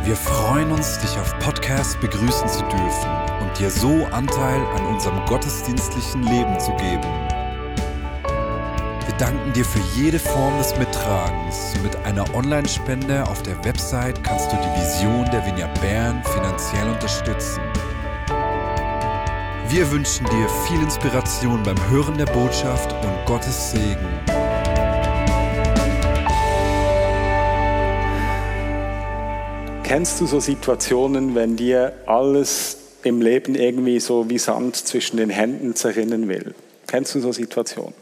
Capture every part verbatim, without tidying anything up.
Wir freuen uns, dich auf Podcast begrüßen zu dürfen und dir so Anteil an unserem gottesdienstlichen Leben zu geben. Wir danken dir für jede Form des Mittragens. Mit einer Online-Spende auf der Website kannst du die Vision der Vineyard Bern finanziell unterstützen. Wir wünschen dir viel Inspiration beim Hören der Botschaft und Gottes Segen. Kennst du so Situationen, wenn dir alles im Leben irgendwie so wie Sand zwischen den Händen zerrinnen will? Kennst du so Situationen?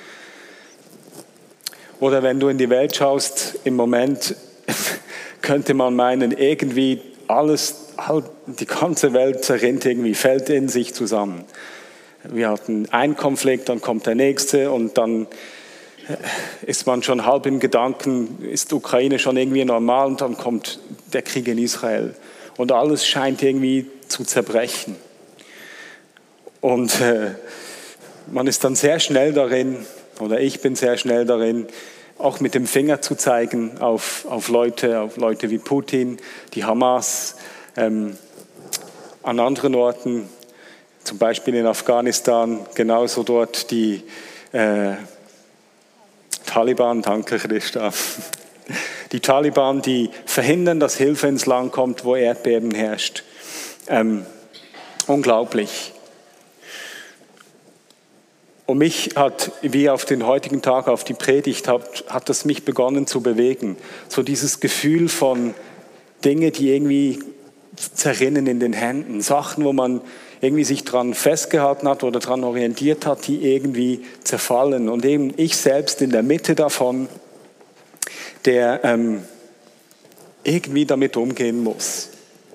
Oder wenn du in die Welt schaust, im Moment könnte man meinen, irgendwie alles, die ganze Welt zerrinnt irgendwie, fällt in sich zusammen. Wir hatten einen Konflikt, dann kommt der nächste und dann ist man schon halb im Gedanken, ist Ukraine schon irgendwie normal und dann kommt der Krieg in Israel. Und alles scheint irgendwie zu zerbrechen. Und äh, man ist dann sehr schnell darin, oder ich bin sehr schnell darin, auch mit dem Finger zu zeigen auf, auf Leute, auf Leute wie Putin, die Hamas, ähm, an anderen Orten, zum Beispiel in Afghanistan, genauso dort die äh, Taliban, danke Christa. Die Taliban, die verhindern, dass Hilfe ins Land kommt, wo Erdbeben herrscht. Ähm, unglaublich. Und mich hat, wie auf den heutigen Tag, auf die Predigt, hat, hat das mich begonnen zu bewegen. So dieses Gefühl von Dinge, die irgendwie zerrinnen in den Händen. Sachen, wo man irgendwie sich dran festgehalten hat oder dran orientiert hat, die irgendwie zerfallen. Und eben ich selbst in der Mitte davon, der ähm, irgendwie damit umgehen muss.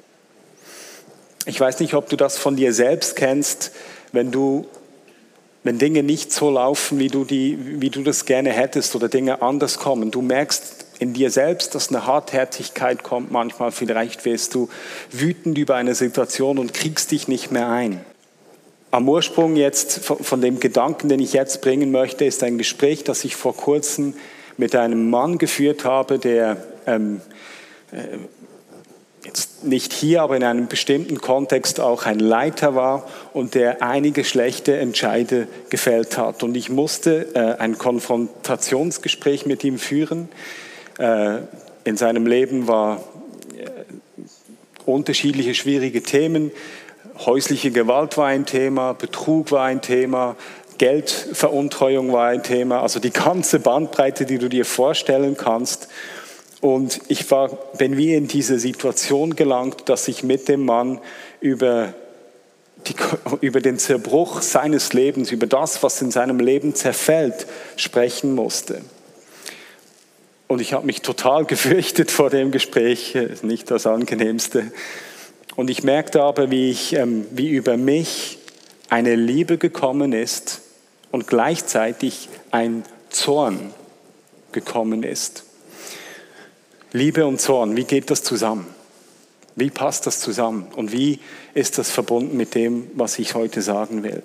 Ich weiß nicht, ob du das von dir selbst kennst, wenn du, wenn Dinge nicht so laufen, wie du die, wie du das gerne hättest oder Dinge anders kommen. Du merkst in dir selbst, dass eine Hartherzigkeit kommt manchmal. Vielleicht wirst du wütend über eine Situation und kriegst dich nicht mehr ein. Am Ursprung jetzt von dem Gedanken, den ich jetzt bringen möchte, ist ein Gespräch, das ich vor kurzem mit einem Mann geführt habe, der ähm, äh, jetzt nicht hier, aber in einem bestimmten Kontext auch ein Leiter war und der einige schlechte Entscheide gefällt hat. Und ich musste äh, ein Konfrontationsgespräch mit ihm führen. Äh, in seinem Leben war äh, unterschiedliche schwierige Themen. Häusliche Gewalt war ein Thema, Betrug war ein Thema, Geldveruntreuung war ein Thema, also die ganze Bandbreite, die du dir vorstellen kannst. Und ich war, bin wie in diese Situation gelangt, dass ich mit dem Mann über, die, über den Zerbruch seines Lebens, über das, was in seinem Leben zerfällt, sprechen musste. Und ich habe mich total gefürchtet vor dem Gespräch, nicht das Angenehmste. Und ich merkte aber, wie, ich, wie über mich eine Liebe gekommen ist und gleichzeitig ein Zorn gekommen ist. Liebe und Zorn, wie geht das zusammen? Wie passt das zusammen? Und wie ist das verbunden mit dem, was ich heute sagen will?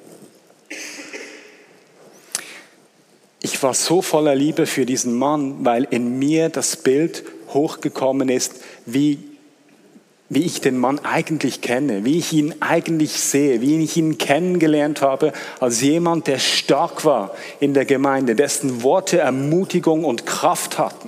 Ich war so voller Liebe für diesen Mann, weil in mir das Bild hochgekommen ist, wie, wie ich den Mann eigentlich kenne, wie ich ihn eigentlich sehe, wie ich ihn kennengelernt habe als jemand, der stark war in der Gemeinde, dessen Worte Ermutigung und Kraft hatten.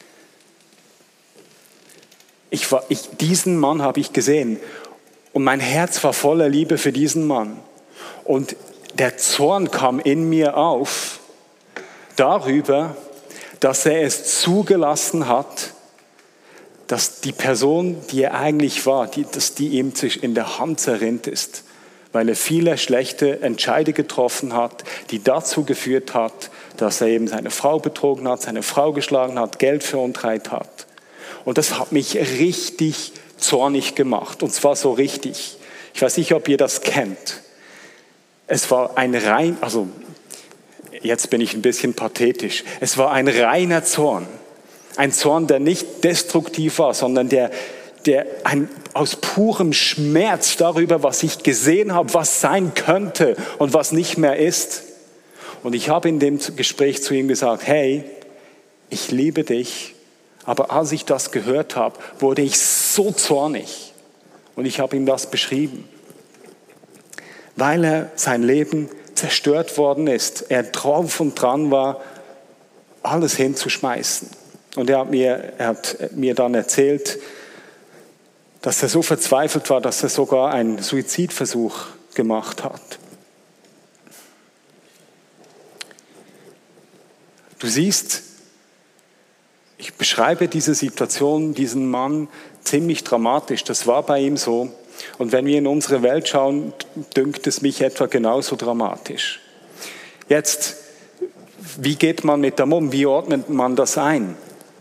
Ich war, ich, diesen Mann habe ich gesehen und mein Herz war voller Liebe für diesen Mann. Und der Zorn kam in mir auf darüber, dass er es zugelassen hat, dass die Person, die er eigentlich war, die, dass die ihm in der Hand zerrinnt ist, weil er viele schlechte Entscheide getroffen hat, die dazu geführt hat, dass er eben seine Frau betrogen hat, seine Frau geschlagen hat, Geld veruntreut hat. Und das hat mich richtig zornig gemacht, und zwar so richtig. Ich weiß nicht, ob ihr das kennt. Es war ein rein, also jetzt bin ich ein bisschen pathetisch. Es war ein reiner Zorn. Ein Zorn, der nicht destruktiv war, sondern der, der ein, aus purem Schmerz darüber, was ich gesehen habe, was sein könnte und was nicht mehr ist. Und ich habe in dem Gespräch zu ihm gesagt, hey, ich liebe dich, Aber als ich das gehört habe, wurde ich so zornig. Und ich habe ihm das beschrieben. Weil er sein Leben zerstört worden ist. Er drauf und dran war, alles hinzuschmeißen. Und er hat mir, er hat mir dann erzählt, dass er so verzweifelt war, dass er sogar einen Suizidversuch gemacht hat. Du siehst, ich beschreibe diese Situation, diesen Mann ziemlich dramatisch. Das war bei ihm so. Und wenn wir in unsere Welt schauen, dünkt es mich etwa genauso dramatisch. Jetzt, wie geht man mit dem um? Wie ordnet man das ein?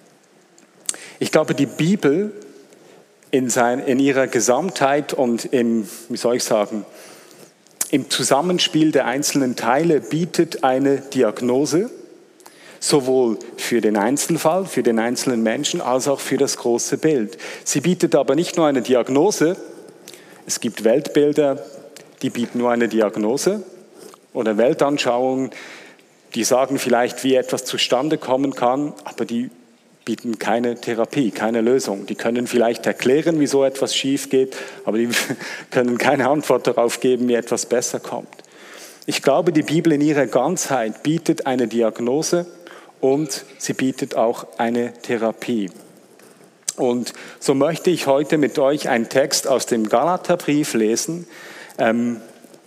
Ich glaube, die Bibel in, sein, in ihrer Gesamtheit und im, wie soll ich sagen, im Zusammenspiel der einzelnen Teile bietet eine Diagnose, sowohl für den Einzelfall, für den einzelnen Menschen, als auch für das große Bild. Sie bietet aber nicht nur eine Diagnose. Es gibt Weltbilder, die bieten nur eine Diagnose oder Weltanschauungen, die sagen vielleicht, wie etwas zustande kommen kann, aber die bieten keine Therapie, keine Lösung. Die können vielleicht erklären, wie so etwas schief geht, aber die können keine Antwort darauf geben, wie etwas besser kommt. Ich glaube, die Bibel in ihrer Ganzheit bietet eine Diagnose und sie bietet auch eine Therapie. Und so möchte ich heute mit euch einen Text aus dem Galaterbrief lesen, ähm,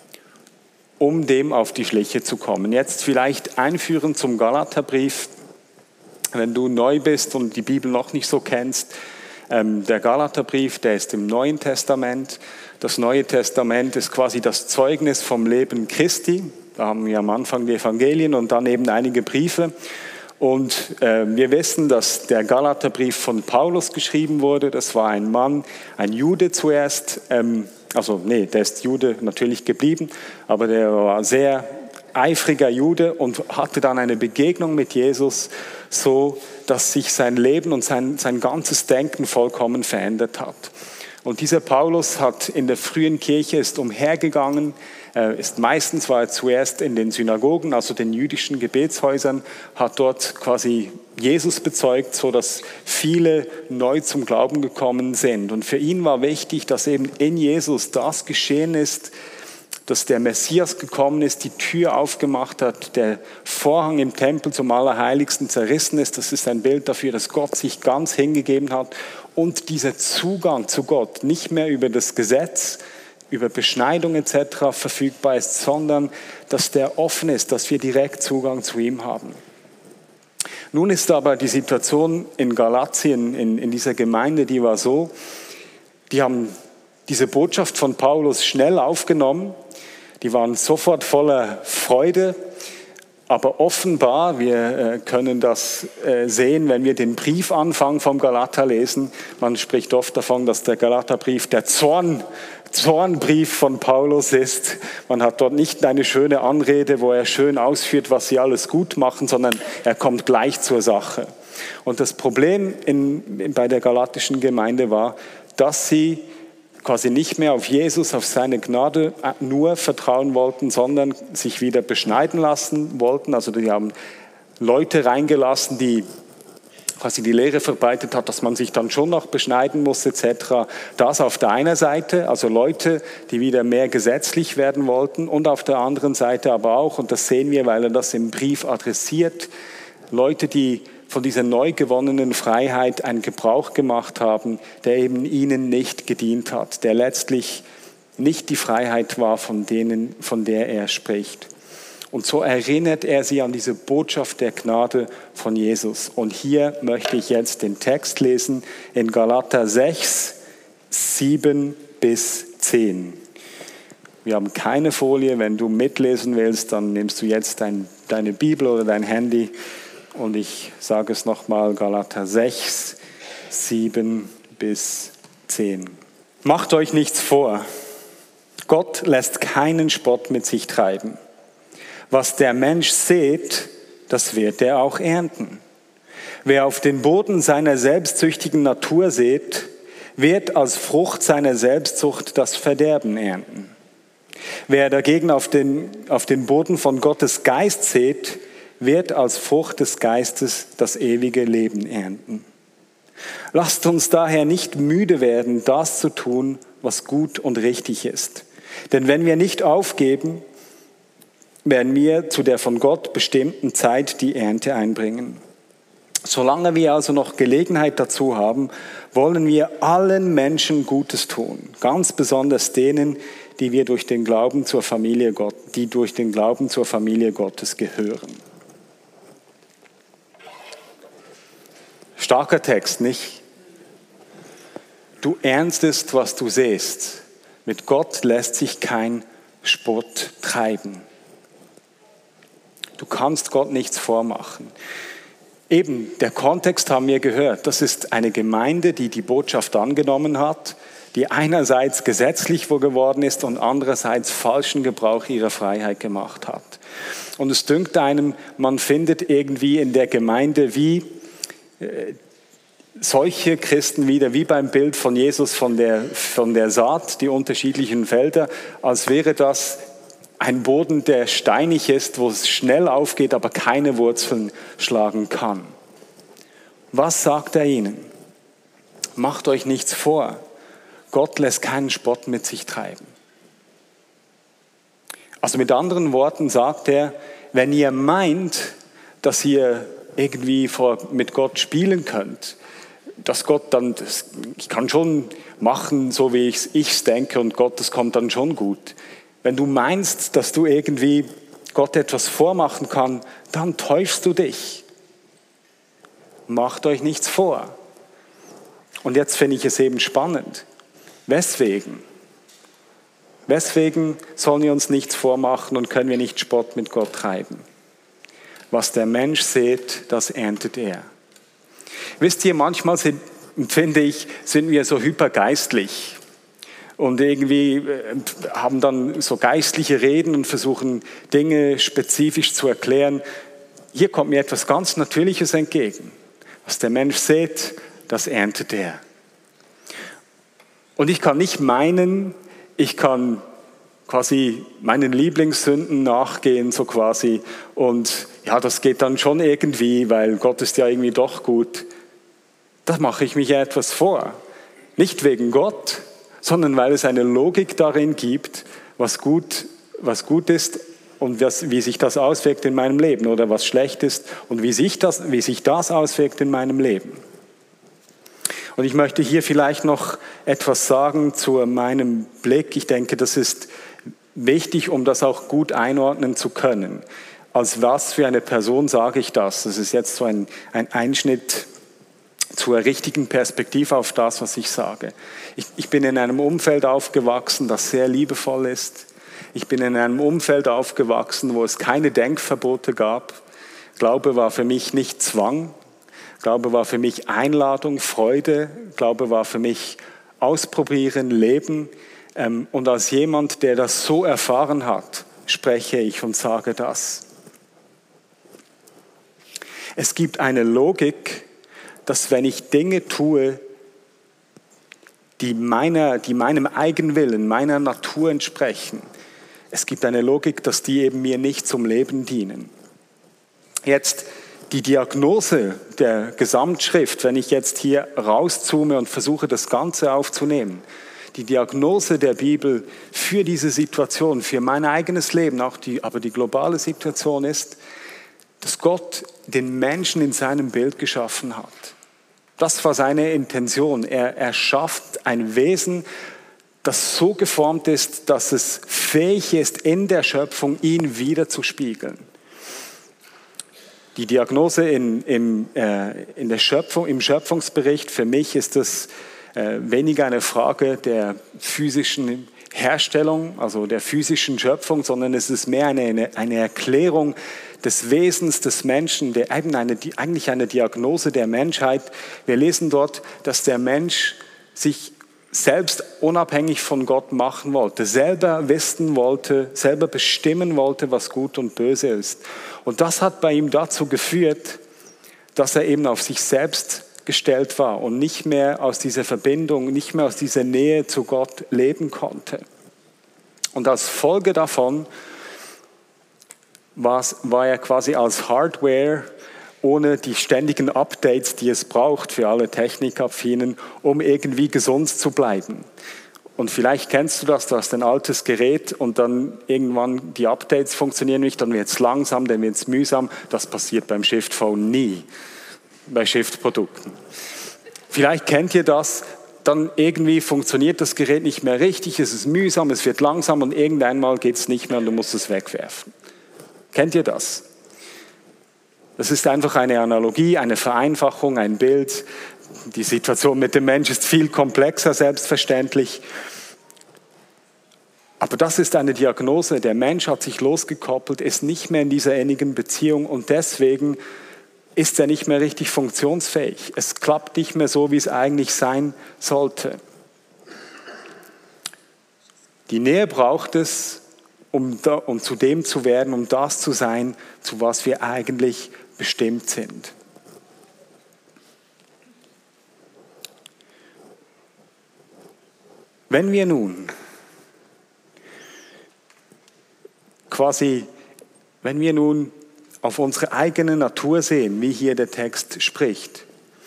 um dem auf die Schliche zu kommen. Jetzt vielleicht einführend zum Galaterbrief, wenn du neu bist und die Bibel noch nicht so kennst. Ähm, der Galaterbrief, der ist im Neuen Testament. Das Neue Testament ist quasi das Zeugnis vom Leben Christi. Da haben wir am Anfang die Evangelien und dann eben einige Briefe. Und äh, wir wissen, dass der Galaterbrief von Paulus geschrieben wurde. Das war ein Mann, ein Jude zuerst. Ähm, also nee, der ist Jude natürlich geblieben, aber der war sehr eifriger Jude und hatte dann eine Begegnung mit Jesus, so dass sich sein Leben und sein, sein ganzes Denken vollkommen verändert hat. Und dieser Paulus hat in der frühen Kirche, ist umhergegangen, ist meistens war er zuerst in den Synagogen, also den jüdischen Gebetshäusern, hat dort quasi Jesus bezeugt, so dass viele neu zum Glauben gekommen sind. Und für ihn war wichtig, dass eben in Jesus das geschehen ist, dass der Messias gekommen ist, die Tür aufgemacht hat, der Vorhang im Tempel zum Allerheiligsten zerrissen ist. Das ist ein Bild dafür, dass Gott sich ganz hingegeben hat und dieser Zugang zu Gott nicht mehr über das Gesetz, über Beschneidung et cetera verfügbar ist, sondern dass der offen ist, dass wir direkt Zugang zu ihm haben. Nun ist aber die Situation in Galatien, in, in dieser Gemeinde, die war so, die haben diese Botschaft von Paulus schnell aufgenommen, die waren sofort voller Freude, aber offenbar, wir können das sehen, wenn wir den Briefanfang vom Galater lesen, man spricht oft davon, dass der Galaterbrief der Zorn, Zornbrief von Paulus ist. Man hat dort nicht eine schöne Anrede, wo er schön ausführt, was sie alles gut machen, sondern er kommt gleich zur Sache. Und das Problem in, bei der galatischen Gemeinde war, dass sie quasi nicht mehr auf Jesus, auf seine Gnade nur vertrauen wollten, sondern sich wieder beschneiden lassen wollten. Also die haben Leute reingelassen, die quasi die Lehre verbreitet hat, dass man sich dann schon noch beschneiden muss et cetera. Das auf der einen Seite, also Leute, die wieder mehr gesetzlich werden wollten, und auf der anderen Seite aber auch, und das sehen wir, weil er das im Brief adressiert, Leute, die von dieser neu gewonnenen Freiheit einen Gebrauch gemacht haben, der eben ihnen nicht gedient hat, der letztlich nicht die Freiheit war, von denen, von der er spricht. Und so erinnert er sie an diese Botschaft der Gnade von Jesus. Und hier möchte ich jetzt den Text lesen in Galater sechs, sieben bis zehn. Wir haben keine Folie. Wenn du mitlesen willst, dann nimmst du jetzt dein, deine Bibel oder dein Handy. Und ich sage es nochmal, Galater sechs, sieben bis zehn. Macht euch nichts vor. Gott lässt keinen Spott mit sich treiben. Was der Mensch sät, das wird er auch ernten. Wer auf den Boden seiner selbstsüchtigen Natur sät, wird als Frucht seiner Selbstsucht das Verderben ernten. Wer dagegen auf den, auf den Boden von Gottes Geist sät, wird als Frucht des Geistes das ewige Leben ernten. Lasst uns daher nicht müde werden, das zu tun, was gut und richtig ist. Denn wenn wir nicht aufgeben, werden wir zu der von Gott bestimmten Zeit die Ernte einbringen. Solange wir also noch Gelegenheit dazu haben, wollen wir allen Menschen Gutes tun, ganz besonders denen, die wir durch den Glauben zur Familie Gott, die durch den Glauben zur Familie Gottes gehören. Starker Text, nicht? Du erntest, was du sähst. Mit Gott lässt sich kein Spott treiben. Du kannst Gott nichts vormachen. Eben, der Kontext haben wir gehört. Das ist eine Gemeinde, die die Botschaft angenommen hat, die einerseits gesetzlich geworden ist und andererseits falschen Gebrauch ihrer Freiheit gemacht hat. Und es dünkt einem, man findet irgendwie in der Gemeinde wie äh, solche Christen wieder, wie beim Bild von Jesus von der, von der Saat, die unterschiedlichen Felder, als wäre das ein Boden, der steinig ist, wo es schnell aufgeht, aber keine Wurzeln schlagen kann. Was sagt er ihnen? Macht euch nichts vor. Gott lässt keinen Spott mit sich treiben. Also mit anderen Worten sagt er, wenn ihr meint, dass ihr irgendwie vor, mit Gott spielen könnt, dass Gott dann, das, ich kann schon machen, so wie ich es denke und Gott, das kommt dann schon gut. Wenn du meinst, dass du irgendwie Gott etwas vormachen kannst, dann täuschst du dich. Macht euch nichts vor. Und jetzt finde ich es eben spannend. Weswegen? Weswegen sollen wir uns nichts vormachen und können wir nicht Spott mit Gott treiben? Was der Mensch sät, das erntet er. Wisst ihr, manchmal sind, finde ich, sind wir so hypergeistlich. Und irgendwie haben dann so geistliche Reden und versuchen Dinge spezifisch zu erklären. Hier kommt mir etwas ganz Natürliches entgegen. Was der Mensch sät, das erntet er. Und ich kann nicht meinen, ich kann quasi meinen Lieblingssünden nachgehen, so quasi. Und ja, das geht dann schon irgendwie, weil Gott ist ja irgendwie doch gut. Da mache ich mich etwas vor. Nicht wegen Gott, sondern weil es eine Logik darin gibt, was gut, was gut ist und was, wie sich das auswirkt in meinem Leben oder was schlecht ist und wie sich das, wie sich das auswirkt in meinem Leben. Und ich möchte hier vielleicht noch etwas sagen zu meinem Blick. Ich denke, das ist wichtig, um das auch gut einordnen zu können. Als was für eine Person sage ich das? Das ist jetzt so ein, ein Einschnitt zur richtigen Perspektive auf das, was ich sage. Ich, ich bin in einem Umfeld aufgewachsen, das sehr liebevoll ist. Ich bin in einem Umfeld aufgewachsen, wo es keine Denkverbote gab. Glaube war für mich nicht Zwang. Glaube war für mich Einladung, Freude. Glaube war für mich Ausprobieren, Leben. Und als jemand, der das so erfahren hat, spreche ich und sage das. Es gibt eine Logik, dass wenn ich Dinge tue, die, meiner, die meinem Eigenwillen, meiner Natur entsprechen, es gibt eine Logik, dass die eben mir nicht zum Leben dienen. Jetzt die Diagnose der Gesamtschrift, wenn ich jetzt hier rauszoome und versuche, das Ganze aufzunehmen, die Diagnose der Bibel für diese Situation, für mein eigenes Leben, auch die, aber die globale Situation ist, dass Gott den Menschen in seinem Bild geschaffen hat. Das war seine Intention. Er, er schafft ein Wesen, das so geformt ist, dass es fähig ist, in der Schöpfung ihn wieder zu spiegeln. Die Diagnose in, in, äh, in der Schöpfung, im Schöpfungsbericht, für mich ist das äh, weniger eine Frage der physischen Herstellung, also der physischen Schöpfung, sondern es ist mehr eine, eine, eine Erklärung des Wesens des Menschen, der eben eine, eigentlich eine Diagnose der Menschheit. Wir lesen dort, dass der Mensch sich selbst unabhängig von Gott machen wollte, selber wissen wollte, selber bestimmen wollte, was gut und böse ist. Und das hat bei ihm dazu geführt, dass er eben auf sich selbst gestellt war und nicht mehr aus dieser Verbindung, nicht mehr aus dieser Nähe zu Gott leben konnte. Und als Folge davon war er quasi als Hardware ohne die ständigen Updates, die es braucht für alle Technikaffinen, um irgendwie gesund zu bleiben. Und vielleicht kennst du das, du hast ein altes Gerät und dann irgendwann die Updates funktionieren nicht, dann wird es langsam, dann wird es mühsam. Das passiert beim Shift Phone nie, bei Shift-Produkten. Vielleicht kennt ihr das, dann irgendwie funktioniert das Gerät nicht mehr richtig, es ist mühsam, es wird langsam und irgendeinmal geht es nicht mehr und du musst es wegwerfen. Kennt ihr das? Das ist einfach eine Analogie, eine Vereinfachung, ein Bild. Die Situation mit dem Mensch ist viel komplexer, selbstverständlich. Aber das ist eine Diagnose. Der Mensch hat sich losgekoppelt, ist nicht mehr in dieser innigen Beziehung und deswegen ist er nicht mehr richtig funktionsfähig. Es klappt nicht mehr so, wie es eigentlich sein sollte. Die Nähe braucht es, um, da, um zu dem zu werden, um das zu sein, zu was wir eigentlich bestimmt sind. Wenn wir nun quasi, wenn wir nun auf unsere eigene Natur sehen, wie hier der Text spricht,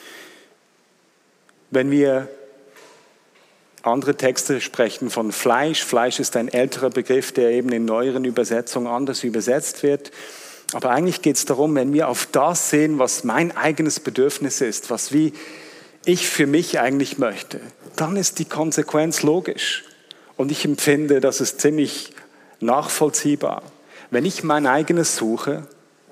wenn wir andere Texte sprechen von Fleisch, Fleisch ist ein älterer Begriff, der eben in neueren Übersetzungen anders übersetzt wird, aber eigentlich geht es darum, wenn wir auf das sehen, was mein eigenes Bedürfnis ist, was wie ich für mich eigentlich möchte, dann ist die Konsequenz logisch. Und ich empfinde, das ist ziemlich nachvollziehbar. Wenn ich mein eigenes suche,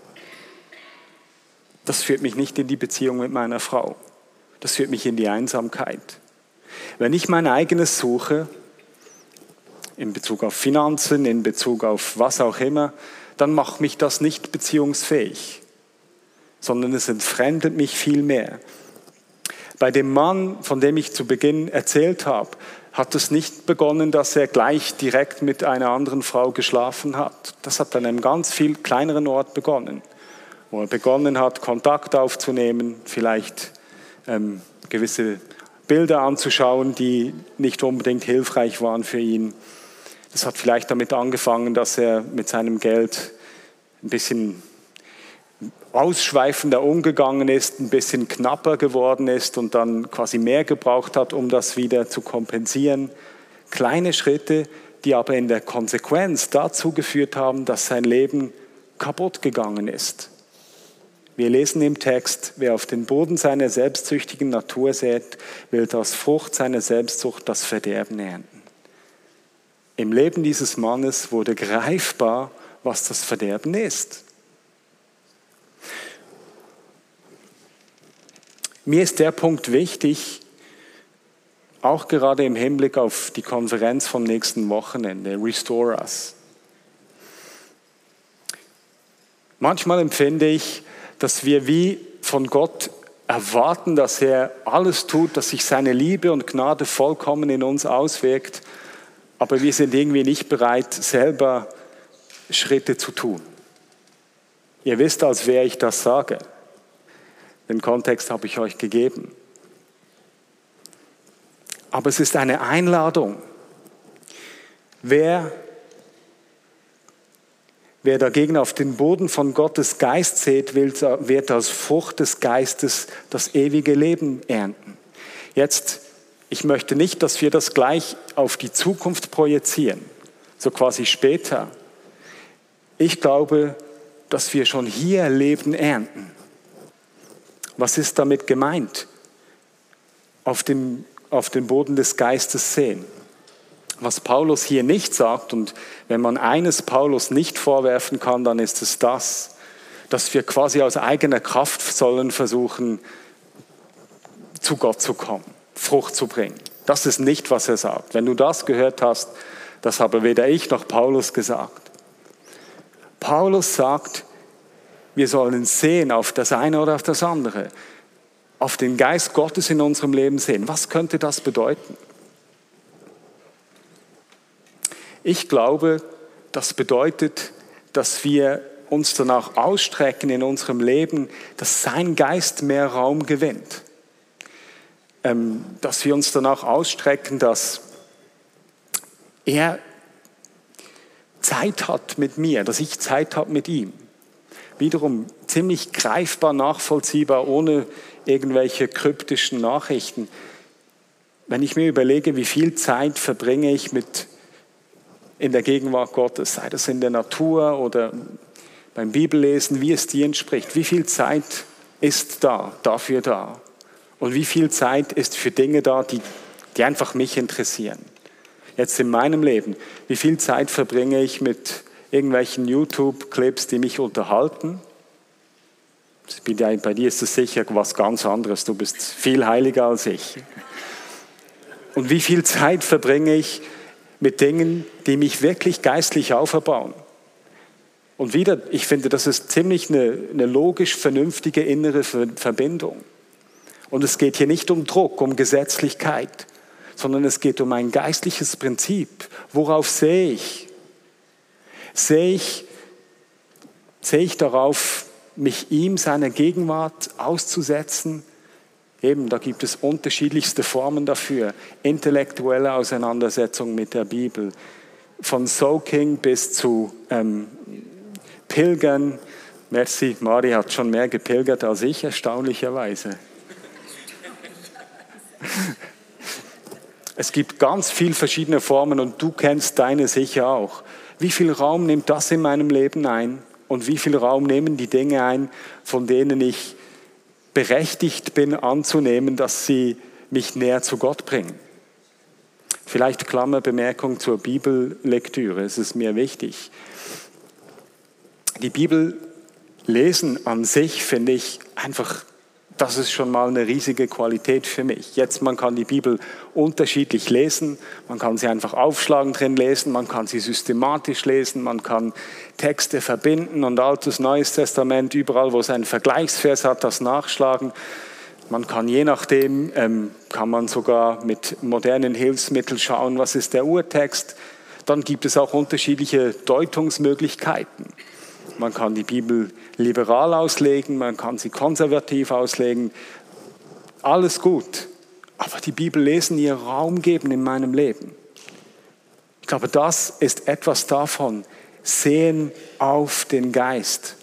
das führt mich nicht in die Beziehung mit meiner Frau. Das führt mich in die Einsamkeit. Wenn ich mein eigenes suche, in Bezug auf Finanzen, in Bezug auf was auch immer, dann macht mich das nicht beziehungsfähig, sondern es entfremdet mich viel mehr. Bei dem Mann, von dem ich zu Beginn erzählt habe, hat es nicht begonnen, dass er gleich direkt mit einer anderen Frau geschlafen hat. Das hat an einem ganz viel kleineren Ort begonnen, wo er begonnen hat, Kontakt aufzunehmen, vielleicht ähm, gewisse Bilder anzuschauen, die nicht unbedingt hilfreich waren für ihn. Das hat vielleicht damit angefangen, dass er mit seinem Geld ein bisschen ausschweifender umgegangen ist, ein bisschen knapper geworden ist und dann quasi mehr gebraucht hat, um das wieder zu kompensieren. Kleine Schritte, die aber in der Konsequenz dazu geführt haben, dass sein Leben kaputt gegangen ist. Wir lesen im Text, wer auf den Boden seiner selbstsüchtigen Natur sät, wird aus Frucht seiner Selbstsucht das Verderben ernten. Im Leben dieses Mannes wurde greifbar, was das Verderben ist. Mir ist der Punkt wichtig, auch gerade im Hinblick auf die Konferenz vom nächsten Wochenende, Restore Us. Manchmal empfinde ich, dass wir wie von Gott erwarten, dass er alles tut, dass sich seine Liebe und Gnade vollkommen in uns auswirkt, aber wir sind irgendwie nicht bereit, selber Schritte zu tun. Ihr wisst, als wer ich das sage. Den Kontext habe ich euch gegeben. Aber es ist eine Einladung. Wer, wer dagegen auf den Boden von Gottes Geist sät, wird als Frucht des Geistes das ewige Leben ernten. Jetzt, ich möchte nicht, dass wir das gleich auf die Zukunft projizieren, so quasi später. Ich glaube, dass wir schon hier Leben ernten. Was ist damit gemeint? Auf dem, auf den Boden des Geistes sehen. Was Paulus hier nicht sagt, und wenn man eines Paulus nicht vorwerfen kann, dann ist es das, dass wir quasi aus eigener Kraft sollen versuchen, zu Gott zu kommen, Frucht zu bringen. Das ist nicht, was er sagt. Wenn du das gehört hast, das habe weder ich noch Paulus gesagt. Paulus sagt, wir sollen sehen auf das eine oder auf das andere, auf den Geist Gottes in unserem Leben sehen. Was könnte das bedeuten? Ich glaube, das bedeutet, dass wir uns danach ausstrecken in unserem Leben, dass sein Geist mehr Raum gewinnt. Ähm, dass wir uns danach ausstrecken, dass er Zeit hat mit mir, dass ich Zeit habe mit ihm. wiederum ziemlich greifbar, nachvollziehbar, ohne irgendwelche kryptischen Nachrichten. Wenn ich mir überlege, wie viel Zeit verbringe ich mit in der Gegenwart Gottes, sei das in der Natur oder beim Bibellesen, wie es dir entspricht, wie viel Zeit ist da, dafür da? Und wie viel Zeit ist für Dinge da, die, die einfach mich interessieren? Jetzt in meinem Leben, wie viel Zeit verbringe ich mit irgendwelchen YouTube-Clips, die mich unterhalten? Bei dir ist es sicher was ganz anderes, du bist viel heiliger als ich. Und wie viel Zeit verbringe ich mit Dingen, die mich wirklich geistlich auferbauen? Und wieder, ich finde, das ist ziemlich eine, eine logisch vernünftige innere Verbindung. Und es geht hier nicht um Druck, um Gesetzlichkeit, sondern es geht um ein geistliches Prinzip. Worauf sehe ich? Sehe ich, sehe ich darauf, mich ihm, seiner Gegenwart auszusetzen? Eben, da gibt es unterschiedlichste Formen dafür. Intellektuelle Auseinandersetzung mit der Bibel. Von Soaking bis zu ähm, Pilgern. Merci, Mari hat schon mehr gepilgert als ich, erstaunlicherweise. Es gibt ganz viele verschiedene Formen und du kennst deine sicher auch. Wie viel Raum nimmt das in meinem Leben ein? Und wie viel Raum nehmen die Dinge ein, von denen ich berechtigt bin anzunehmen, dass sie mich näher zu Gott bringen? Vielleicht Klammerbemerkung zur Bibellektüre, es ist mir wichtig. Die Bibel lesen an sich finde ich einfach, das ist schon mal eine riesige Qualität für mich. Jetzt, man kann die Bibel unterschiedlich lesen, man kann sie einfach aufschlagen drin lesen, man kann sie systematisch lesen, man kann Texte verbinden und Altes, Neues Testament, überall, wo es einen Vergleichsvers hat, das nachschlagen. Man kann je nachdem, ähm, kann man sogar mit modernen Hilfsmitteln schauen, was ist der Urtext. Dann gibt es auch unterschiedliche Deutungsmöglichkeiten. Man kann die Bibel liberal auslegen, man kann sie konservativ auslegen. Alles gut. Aber die Bibel lesen, ihr Raum geben in meinem Leben. Ich glaube, das ist etwas davon. Sehen auf den Geist.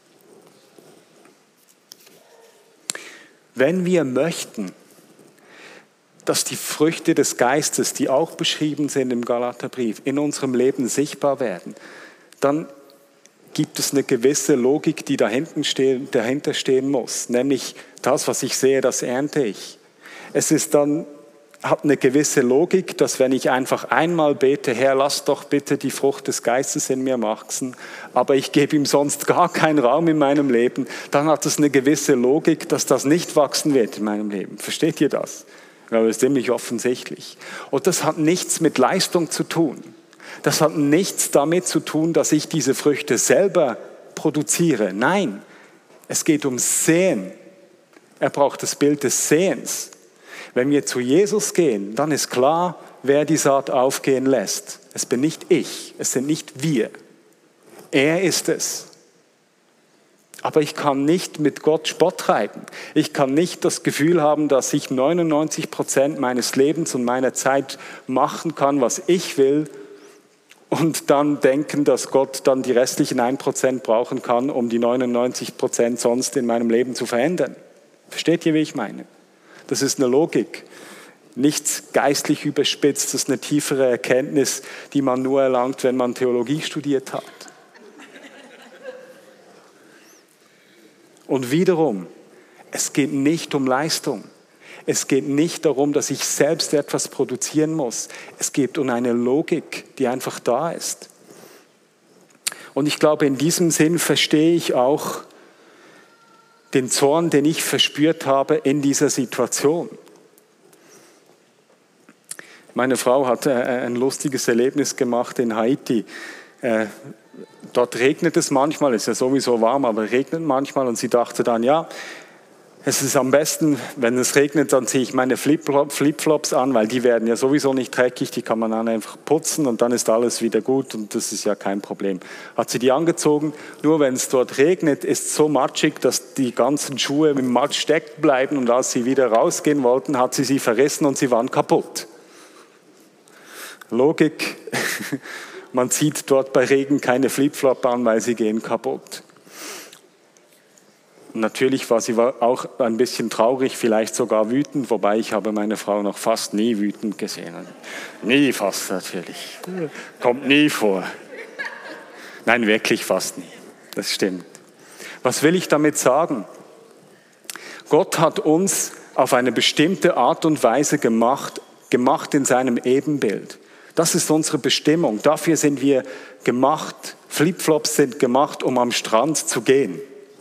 Wenn wir möchten, dass die Früchte des Geistes, die auch beschrieben sind im Galaterbrief, in unserem Leben sichtbar werden, dann gibt es eine gewisse Logik, die dahinter stehen, dahinter stehen muss. Nämlich das, was ich sehe, das ernte ich. Es ist dann, hat eine gewisse Logik, dass wenn ich einfach einmal bete, Herr, lass doch bitte die Frucht des Geistes in mir wachsen, aber ich gebe ihm sonst gar keinen Raum in meinem Leben, dann hat es eine gewisse Logik, dass das nicht wachsen wird in meinem Leben. Versteht ihr das? Ja, das ist ziemlich offensichtlich. Und das hat nichts mit Leistung zu tun. Das hat nichts damit zu tun, dass ich diese Früchte selber produziere. Nein, es geht um Sehen. Er braucht das Bild des Sehens. Wenn wir zu Jesus gehen, dann ist klar, wer die Saat aufgehen lässt. Es bin nicht ich, es sind nicht wir. Er ist es. Aber ich kann nicht mit Gott Spott treiben. Ich kann nicht das Gefühl haben, dass ich neunundneunzig Prozent meines Lebens und meiner Zeit machen kann, was ich will, und dann denken, dass Gott dann die restlichen ein Prozent brauchen kann, um die neunundneunzig Prozent sonst in meinem Leben zu verändern. Versteht ihr, wie ich meine? Das ist eine Logik. Nichts geistlich überspitzt, das ist eine tiefere Erkenntnis, die man nur erlangt, wenn man Theologie studiert hat. Und wiederum, es geht nicht um Leistung. Es geht nicht darum, dass ich selbst etwas produzieren muss. Es geht um eine Logik, die einfach da ist. Und ich glaube, in diesem Sinn verstehe ich auch den Zorn, den ich verspürt habe in dieser Situation. Meine Frau hat ein lustiges Erlebnis gemacht in Haiti. Dort regnet es manchmal, es ist ja sowieso warm, aber regnet manchmal. Und sie dachte dann, ja, es ist am besten, wenn es regnet, dann ziehe ich meine Flipflops an, weil die werden ja sowieso nicht dreckig, die kann man dann einfach putzen und dann ist alles wieder gut und das ist ja kein Problem. Hat sie die angezogen, nur wenn es dort regnet, ist es so matschig, dass die ganzen Schuhe im Matsch stecken bleiben und als sie wieder rausgehen wollten, hat sie sie verrissen und sie waren kaputt. Logik, man zieht dort bei Regen keine Flipflop an, weil sie gehen kaputt. Und natürlich war sie auch ein bisschen traurig, vielleicht sogar wütend, wobei ich habe meine Frau noch fast nie wütend gesehen. Nie fast natürlich. Kommt nie vor. Nein, wirklich fast nie. Das stimmt. Was will ich damit sagen? Gott hat uns auf eine bestimmte Art und Weise gemacht, gemacht in seinem Ebenbild. Das ist unsere Bestimmung. Dafür sind wir gemacht. Flipflops sind gemacht, um am Strand zu gehen.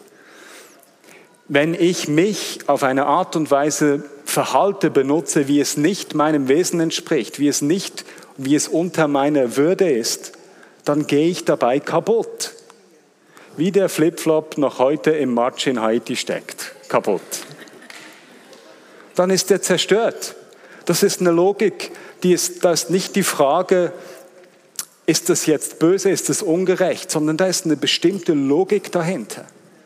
Wenn ich mich auf eine Art und Weise verhalte, benutze, wie es nicht meinem Wesen entspricht, wie es nicht, wie es unter meiner Würde ist, dann gehe ich dabei kaputt. Wie der Flipflop noch heute im Matsch in Haiti steckt. Kaputt. Dann ist er zerstört. Das ist eine Logik, die ist, da ist nicht die Frage, ist das jetzt böse, ist das ungerecht, sondern da ist eine bestimmte Logik dahinter.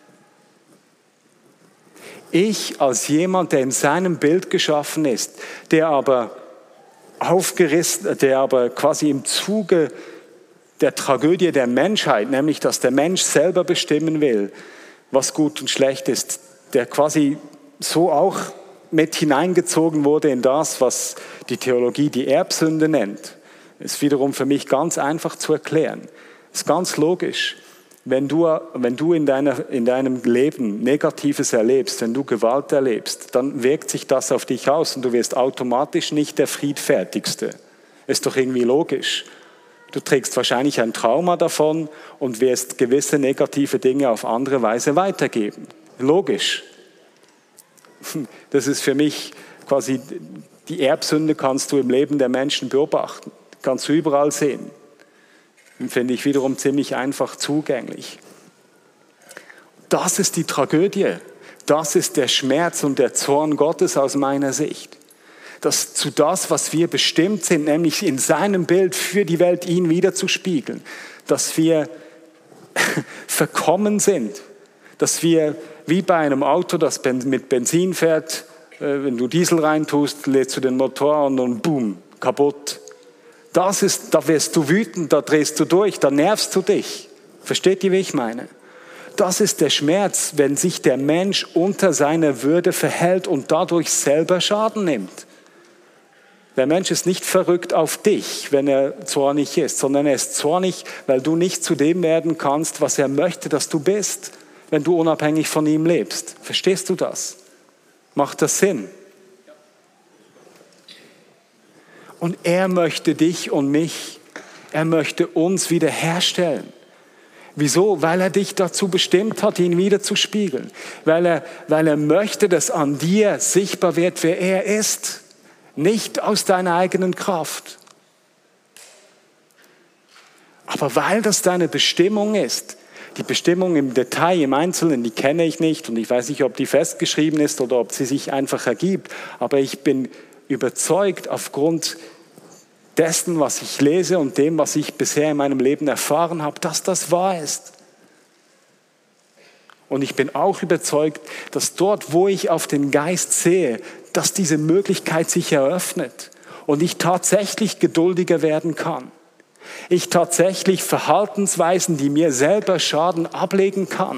Ich als jemand, der in seinem Bild geschaffen ist, der aber aufgerissen, der aber quasi im Zuge der Tragödie der Menschheit, nämlich dass der Mensch selber bestimmen will, was gut und schlecht ist, der quasi so auch mit hineingezogen wurde in das, was die Theologie die Erbsünde nennt, ist wiederum für mich ganz einfach zu erklären. Ist ganz logisch. Wenn du, wenn du in, deiner, in deinem Leben Negatives erlebst, wenn du Gewalt erlebst, dann wirkt sich das auf dich aus und du wirst automatisch nicht der Friedfertigste. Ist doch irgendwie logisch. Du trägst wahrscheinlich ein Trauma davon und wirst gewisse negative Dinge auf andere Weise weitergeben. Logisch. Das ist für mich quasi, die Erbsünde kannst du im Leben der Menschen beobachten. Kannst du überall sehen. Finde ich wiederum ziemlich einfach zugänglich. Das ist die Tragödie. Das ist der Schmerz und der Zorn Gottes aus meiner Sicht. Dass zu das, was wir bestimmt sind, nämlich in seinem Bild für die Welt ihn wiederzuspiegeln, dass wir verkommen sind, dass wir wie bei einem Auto, das mit Benzin fährt, wenn du Diesel reintust, lädst du den Motor und dann boom, kaputt. Das ist, da wirst du wütend, da drehst du durch, da nervst du dich. Versteht ihr, wie ich meine? Das ist der Schmerz, wenn sich der Mensch unter seiner Würde verhält und dadurch selber Schaden nimmt. Der Mensch ist nicht verrückt auf dich, wenn er zornig ist, sondern er ist zornig, weil du nicht zu dem werden kannst, was er möchte, dass du bist, wenn du unabhängig von ihm lebst. Verstehst du das? Macht das Sinn? Und er möchte dich und mich, er möchte uns wiederherstellen. Wieso? Weil er dich dazu bestimmt hat, ihn wieder zu spiegeln. Weil er, weil er möchte, dass an dir sichtbar wird, wer er ist. Nicht aus deiner eigenen Kraft. Aber weil das deine Bestimmung ist, die Bestimmung im Detail, im Einzelnen, die kenne ich nicht und ich weiß nicht, ob die festgeschrieben ist oder ob sie sich einfach ergibt, aber ich bin überzeugt aufgrund dessen, was ich lese und dem, was ich bisher in meinem Leben erfahren habe, dass das wahr ist. Und ich bin auch überzeugt, dass dort, wo ich auf den Geist sehe, dass diese Möglichkeit sich eröffnet und ich tatsächlich geduldiger werden kann. Ich tatsächlich Verhaltensweisen, die mir selber schaden, ablegen kann.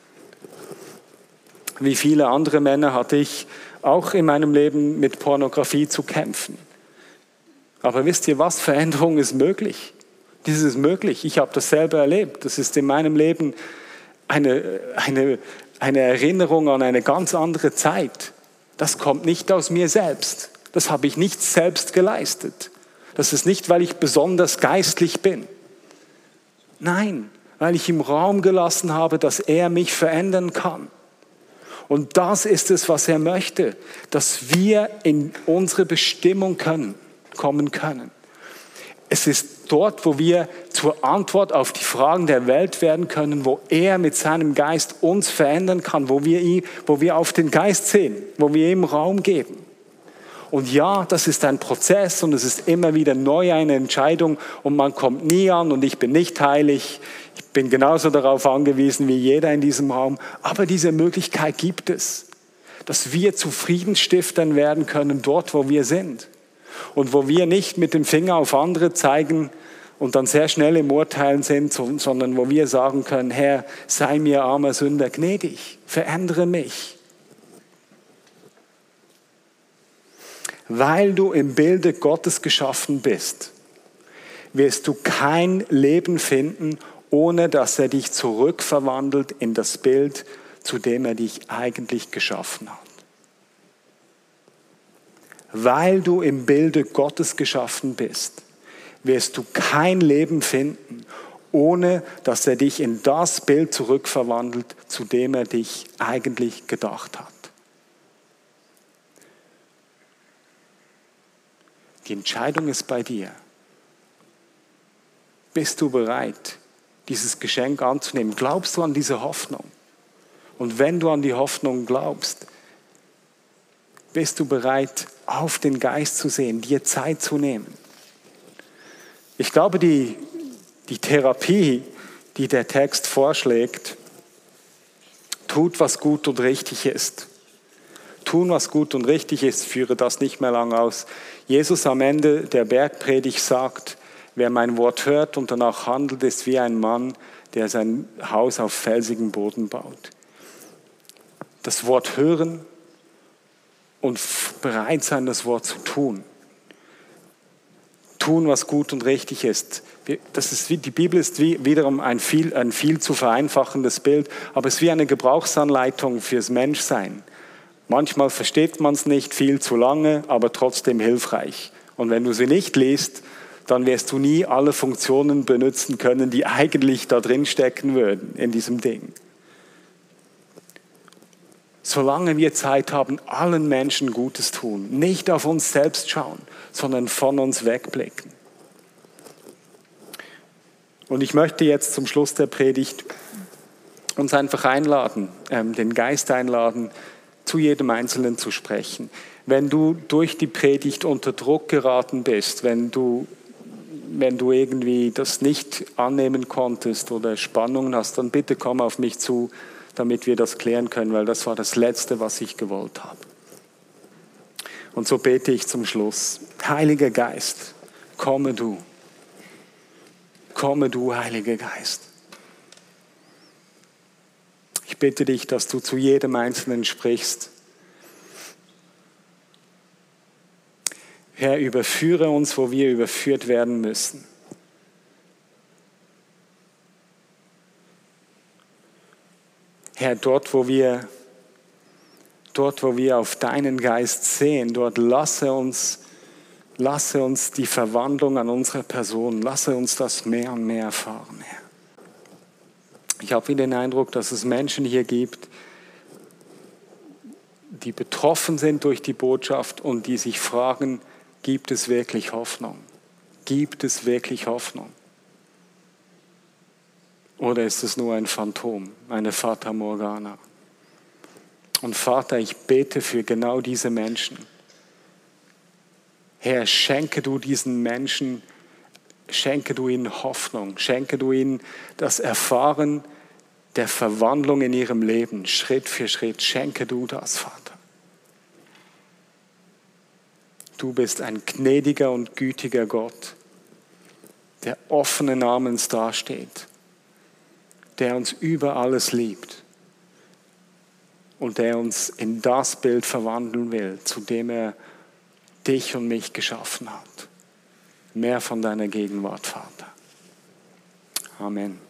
Wie viele andere Männer hatte ich auch in meinem Leben mit Pornografie zu kämpfen. Aber wisst ihr was? Veränderung ist möglich. Dies ist möglich. Ich habe das selber erlebt. Das ist in meinem Leben eine, eine, eine Erinnerung an eine ganz andere Zeit. Das kommt nicht aus mir selbst. Das habe ich nicht selbst geleistet. Das ist nicht, weil ich besonders geistlich bin. Nein, weil ich ihm Raum gelassen habe, dass er mich verändern kann. Und das ist es, was er möchte, dass wir in unsere Bestimmung können, kommen können. Es ist dort, wo wir zur Antwort auf die Fragen der Welt werden können, wo er mit seinem Geist uns verändern kann, wo wir, ihn, wo wir auf den Geist sehen, wo wir ihm Raum geben. Und ja, das ist ein Prozess und es ist immer wieder neu eine Entscheidung und man kommt nie an und ich bin nicht heilig. Ich bin genauso darauf angewiesen wie jeder in diesem Raum. Aber diese Möglichkeit gibt es, dass wir zu Friedensstiftern werden können dort, wo wir sind. Und wo wir nicht mit dem Finger auf andere zeigen und dann sehr schnell im Urteilen sind, sondern wo wir sagen können, Herr, sei mir armer Sünder gnädig, verändere mich. Weil du im Bilde Gottes geschaffen bist, wirst du kein Leben finden, ohne dass er dich zurückverwandelt in das Bild, zu dem er dich eigentlich geschaffen hat. Weil du im Bilde Gottes geschaffen bist, wirst du kein Leben finden, ohne dass er dich in das Bild zurückverwandelt, zu dem er dich eigentlich gedacht hat. Die Entscheidung ist bei dir. Bist du bereit, dieses Geschenk anzunehmen? Glaubst du an diese Hoffnung? Und wenn du an die Hoffnung glaubst, bist du bereit, auf den Geist zu sehen, dir Zeit zu nehmen? Ich glaube, die, die Therapie, die der Text vorschlägt, tut, was gut und richtig ist. Tun, was gut und richtig ist, führe das nicht mehr lang aus. Jesus am Ende der Bergpredigt sagt, wer mein Wort hört und danach handelt, ist wie ein Mann, der sein Haus auf felsigem Boden baut. Das Wort hören und bereit sein, das Wort zu tun. Tun, was gut und richtig ist. Das ist wie, die Bibel ist wie, wiederum ein viel, ein viel zu vereinfachendes Bild, aber es ist wie eine Gebrauchsanleitung fürs Menschsein. Manchmal versteht man es nicht, viel zu lange, aber trotzdem hilfreich. Und wenn du sie nicht liest, dann wirst du nie alle Funktionen benutzen können, die eigentlich da drin stecken würden in diesem Ding. Solange wir Zeit haben, allen Menschen Gutes tun, nicht auf uns selbst schauen, sondern von uns wegblicken. Und ich möchte jetzt zum Schluss der Predigt uns einfach einladen, ähm, den Geist einladen, zu jedem Einzelnen zu sprechen. Wenn du durch die Predigt unter Druck geraten bist, wenn du, wenn du irgendwie das nicht annehmen konntest oder Spannungen hast, dann bitte komm auf mich zu, damit wir das klären können, weil das war das Letzte, was ich gewollt habe. Und so bete ich zum Schluss. Heiliger Geist, komme du. Komme du, Heiliger Geist. Ich bitte dich, dass du zu jedem Einzelnen sprichst. Herr, überführe uns, wo wir überführt werden müssen. Herr, dort, wo wir, dort, wo wir auf deinen Geist sehen, dort lasse uns, lasse uns die Verwandlung an unserer Person, lasse uns das mehr und mehr erfahren, Herr. Ich habe den Eindruck, dass es Menschen hier gibt, die betroffen sind durch die Botschaft und die sich fragen, gibt es wirklich Hoffnung? Gibt es wirklich Hoffnung? Oder ist es nur ein Phantom, eine Fata Morgana? Und Vater, ich bete für genau diese Menschen. Herr, schenke du diesen Menschen, schenke du ihnen Hoffnung, schenke du ihnen das Erfahren der Verwandlung in ihrem Leben, Schritt für Schritt, schenke du das, Vater. Du bist ein gnädiger und gütiger Gott, der offenen Armens dasteht, der uns über alles liebt und der uns in das Bild verwandeln will, zu dem er dich und mich geschaffen hat. Mehr von deiner Gegenwart, Vater. Amen.